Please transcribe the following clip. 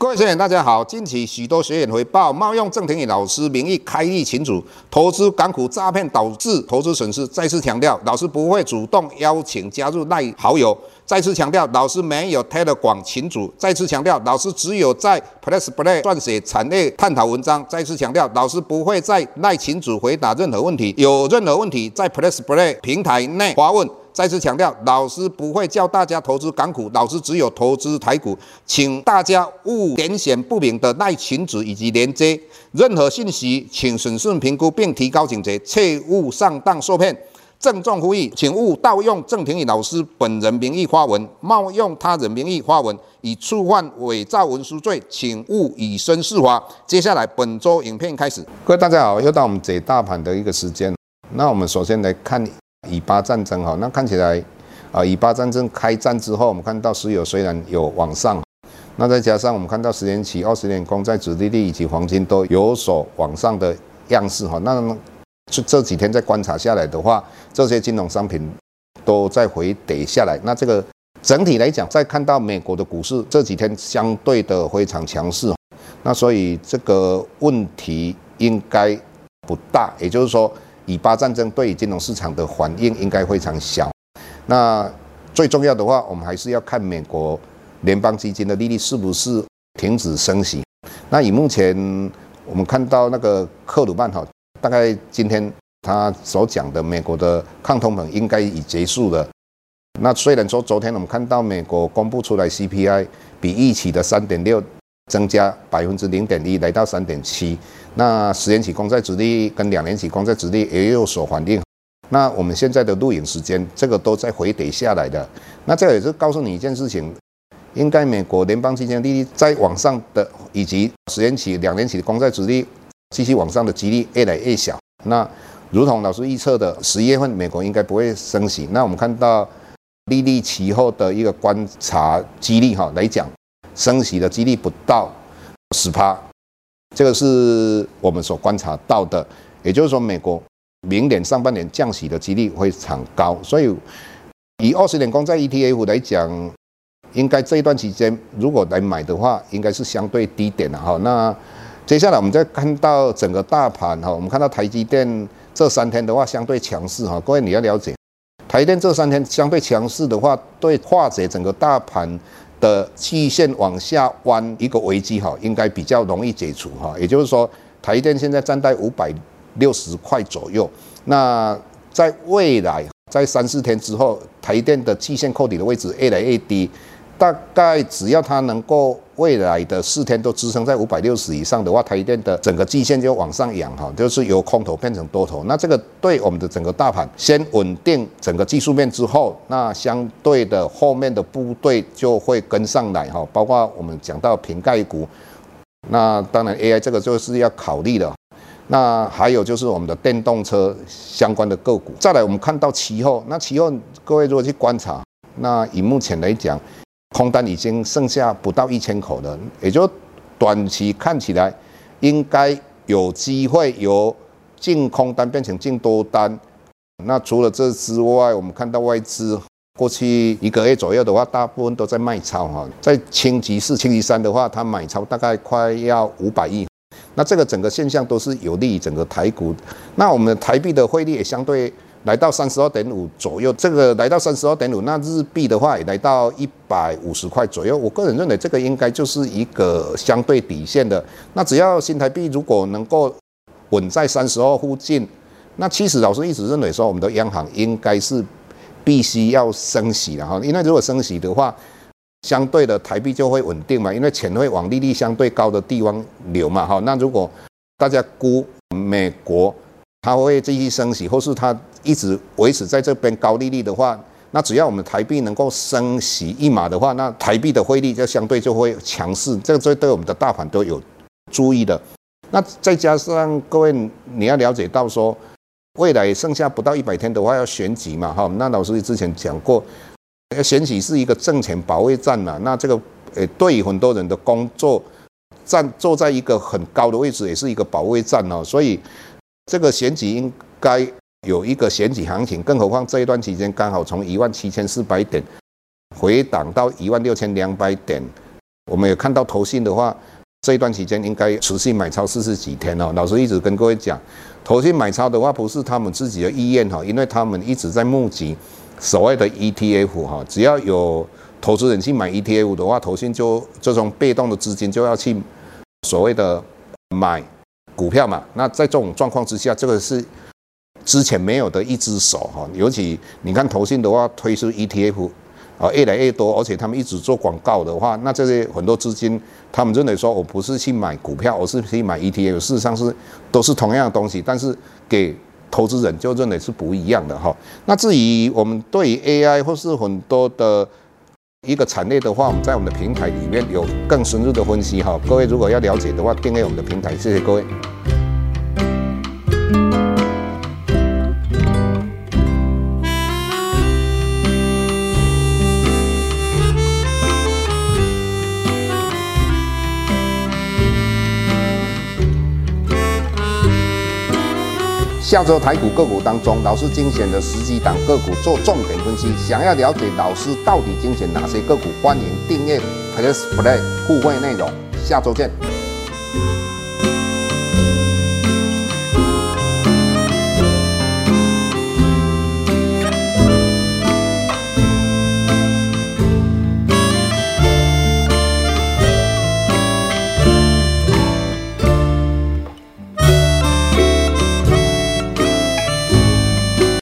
各位学员，大家好。近期许多学员回报，冒用郑庭宇老师名义开立群组，投资港股诈骗导致投资损失。再次强调，老师不会主动邀请加入赖好友。再次强调，老师没有 Telegram 群组。再次强调，老师只有在 PlexPlay 撰写产业探讨文章。再次强调，老师不会在赖群组回答任何问题，有任何问题在 PlexPlay 平台内发问。再次强调，老师不会教大家投资港股，老师只有投资台股，请大家勿点选不明的赖群组以及连接，任何信息请审慎评估并提高警觉，切勿上当受骗。郑重呼吁，请勿盗用郑庭宇老师本人名义发文，冒用他人名义发文，以触犯伪造文书罪，请勿以身试法。接下来本周影片开始，各位大家好，又到我们解大盘的一个时间。那我们首先来看以巴战争哈，那看起来以巴战争开战之后，我们看到石油虽然有往上，那再加上我们看到10年期、20年公债殖利率以及黄金都有所往上的样式哈，那这几天再观察下来的话，这些金融商品都在回跌下来。那这个整体来讲，再看到美国的股市这几天相对的非常强势，那所以这个问题应该不大，也就是说，以巴战争对于金融市场的反应应该非常小。那最重要的话，我们还是要看美国联邦基金的利率是不是停止升息。那以目前我们看到那个克鲁曼哈，大概今天他所讲的美国的抗通膨应该已结束了。那虽然说昨天我们看到美国公布出来 CPI 比预期的3.6增加0.1%，来到3.7%。那10年期公债殖利率跟2年期公债殖利率也有所反应。那我们现在的录影时间，这个都在回跌下来的。那这也是告诉你一件事情，应该美国联邦基金利率在往上的，以及10年期、2年期的公债殖利率继续往上的几率越来越小。那如同老师预测的，11月份美国应该不会升息。那我们看到利率期后的一个观察几率来讲，升息的几率不到10%，这个是我们所观察到的。也就是说，美国明年上半年降息的几率非常高，所以以20年公债 ETF 来讲，应该这一段期间如果来买的话，应该是相对低点的哈。那接下来我们再看到整个大盘哈，我们看到台积电这3天的话相对强势哈，各位你要了解，台积电这3天相对强势的话，对化解整个大盘的季线往下弯一个危机哈，应该比较容易解除哈。也就是说，台积电现在站在560块左右，那在未来在3-4天之后，台积电的季线扣底的位置越来越低，大概只要它能够未来的4天都支撑在560以上的话，台积电的整个季线就往上扬哈，就是由空头变成多头。那这个对我们的整个大盘先稳定整个技术面之后，那相对的后面的部队就会跟上来哈，包括我们讲到瓶盖股，那当然 AI 这个就是要考虑的。那还有就是我们的电动车相关的个股。再来我们看到期货，那期货各位如果去观察，那以目前来讲，空单已经剩下不到1000口了，也就短期看起来应该有机会由净空单变成净多单。那除了这之外，我们看到外资过去1个月左右的话，大部分都在卖超哈，在清期4、清期3的话，它买超大概快要500亿。那这个整个现象都是有利于整个台股。那我们的台币的汇率也相对来到32.5左右，这个来到32.5，那日币的话也来到150块左右。我个人认为这个应该就是一个相对底线的。那只要新台币如果能够稳在32附近，那其实老师一直认为说，我们的央行应该是必须要升息了哈，因为如果升息的话，相对的台币就会稳定嘛，因为钱会往利率相对高的地方流嘛哈。那如果大家估美国它会继续升息，或是它一直维持在这边高利率的话，那只要我们台币能够升息1码的话，那台币的汇率就相对就会强势，这个对我们的大盘都有注意的。那再加上各位你要了解到说，未来剩下不到100天的话要选举嘛哈，那老师之前讲过。选举是一个政权保卫战嘛，那这个对于很多人的工作坐在一个很高的位置，也是一个保卫战哦。所以这个选举应该有一个选举行情，更何况这一段期间刚好从17400点回档到16200点， 我们也看到投信的话，这一段期间应该持续买超40几天哦。老师一直跟各位讲，投信买超的话不是他们自己的意愿哈，因为他们一直在募集所谓的 ETF 哈，只要有投资人去买 ETF 的话，投信就这种被动的资金就要去所谓的买股票嘛。那在这种状况之下，这个是之前没有的一只手哈。尤其你看投信的话推出 ETF。越来越多，而且他们一直做广告的话，那这些很多资金，他们认为说我不是去买股票，而是去买 ETF， 事实上都是同样的东西，但是给投资人就认为是不一样的哈。那至于我们对于 AI 或是很多的一个产业的话，我们在我们的平台里面有更深入的分析哈。各位如果要了解的话，订阅我们的平台，谢谢各位。下周台股个股当中，老师精选的10几档个股做重点分析。想要了解老师到底精选哪些个股，欢迎订阅 Plus Play 互惠内容。下周见。